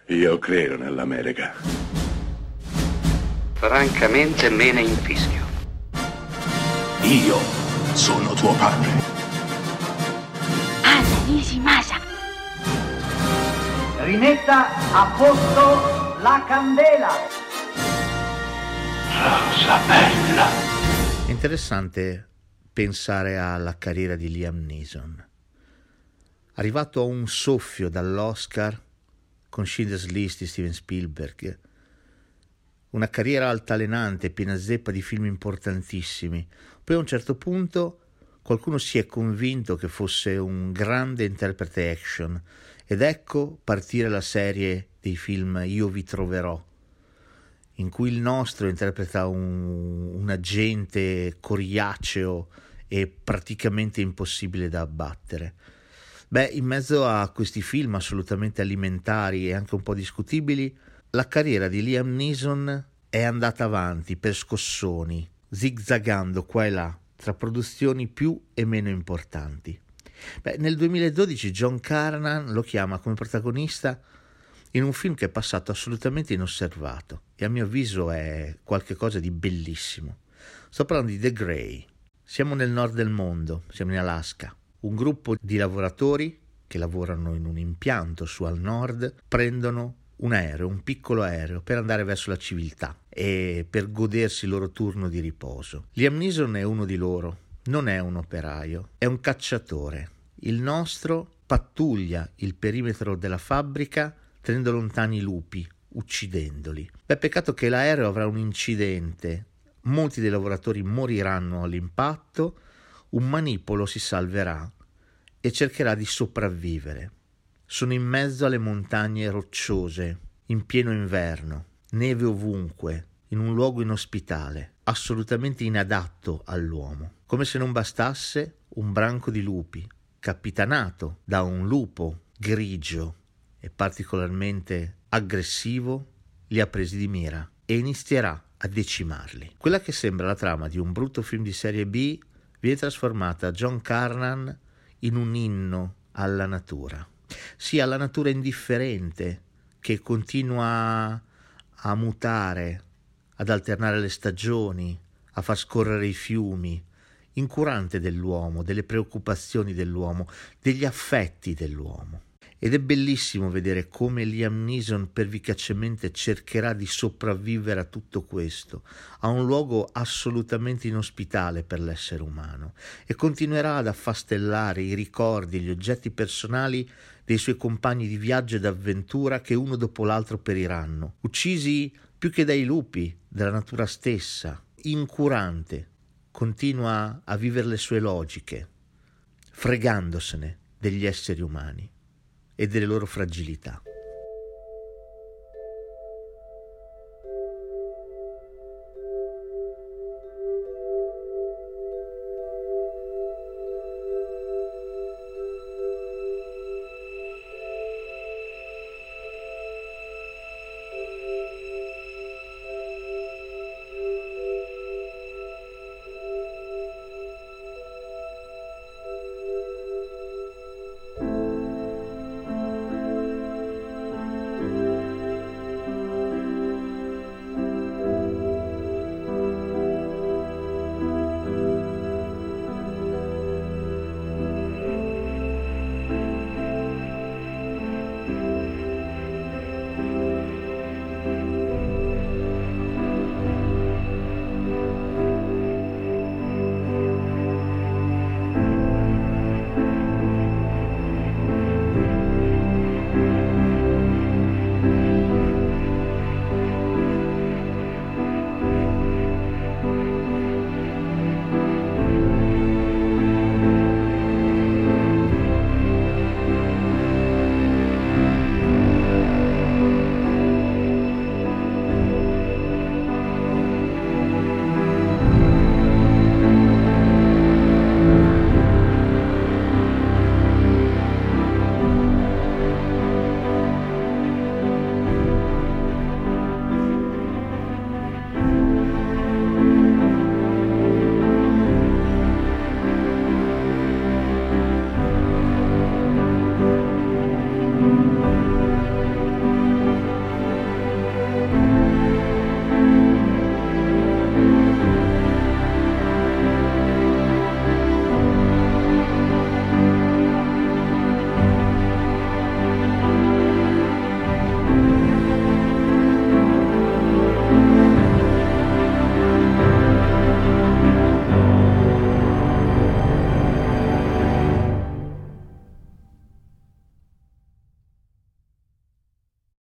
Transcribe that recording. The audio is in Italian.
Io credo nell'America. Francamente me ne infischio. Io sono tuo padre. Anna Nishimasa. Rimetta a posto la candela. Rosa bella. È interessante pensare alla carriera di Liam Neeson. Arrivato a un soffio dall'Oscar con Schindler's List di Steven Spielberg, una carriera altalenante, piena zeppa di film importantissimi. Poi a un certo punto qualcuno si è convinto che fosse un grande interprete action, ed ecco partire la serie dei film Io vi troverò, in cui il nostro interpreta un agente coriaceo e praticamente impossibile da abbattere. In mezzo a questi film assolutamente alimentari e anche un po' discutibili, la carriera di Liam Neeson è andata avanti per scossoni, zigzagando qua e là tra produzioni più e meno importanti. Nel 2012 John Carnan lo chiama come protagonista in un film che è passato assolutamente inosservato e a mio avviso è qualcosa di bellissimo. Sto parlando di The Grey. Siamo nel nord del mondo, siamo in Alaska. Un gruppo di lavoratori che lavorano in un impianto su al nord prendono un aereo, un piccolo aereo, per andare verso la civiltà e per godersi il loro turno di riposo. Liam Neeson è uno di loro, non è un operaio, è un cacciatore. Il nostro pattuglia il perimetro della fabbrica tenendo lontani i lupi, uccidendoli. Peccato che l'aereo avrà un incidente, molti dei lavoratori moriranno all'impatto, un manipolo si salverà e cercherà di sopravvivere. Sono in mezzo alle montagne rocciose, in pieno inverno, neve ovunque, in un luogo inospitale, assolutamente inadatto all'uomo. Come se non bastasse, un branco di lupi, capitanato da un lupo grigio e particolarmente aggressivo, li ha presi di mira e inizierà a decimarli. Quella che sembra la trama di un brutto film di serie B viene trasformata da John Carnan in un inno alla natura. Sì, alla natura indifferente che continua a mutare, ad alternare le stagioni, a far scorrere i fiumi, incurante dell'uomo, delle preoccupazioni dell'uomo, degli affetti dell'uomo. Ed è bellissimo vedere come Liam Neeson pervicacemente cercherà di sopravvivere a tutto questo, a un luogo assolutamente inospitale per l'essere umano, e continuerà ad affastellare i ricordi, gli oggetti personali dei suoi compagni di viaggio ed avventura che uno dopo l'altro periranno, uccisi più che dai lupi, dalla natura stessa. Incurante, continua a vivere le sue logiche, fregandosene degli esseri umani e delle loro fragilità.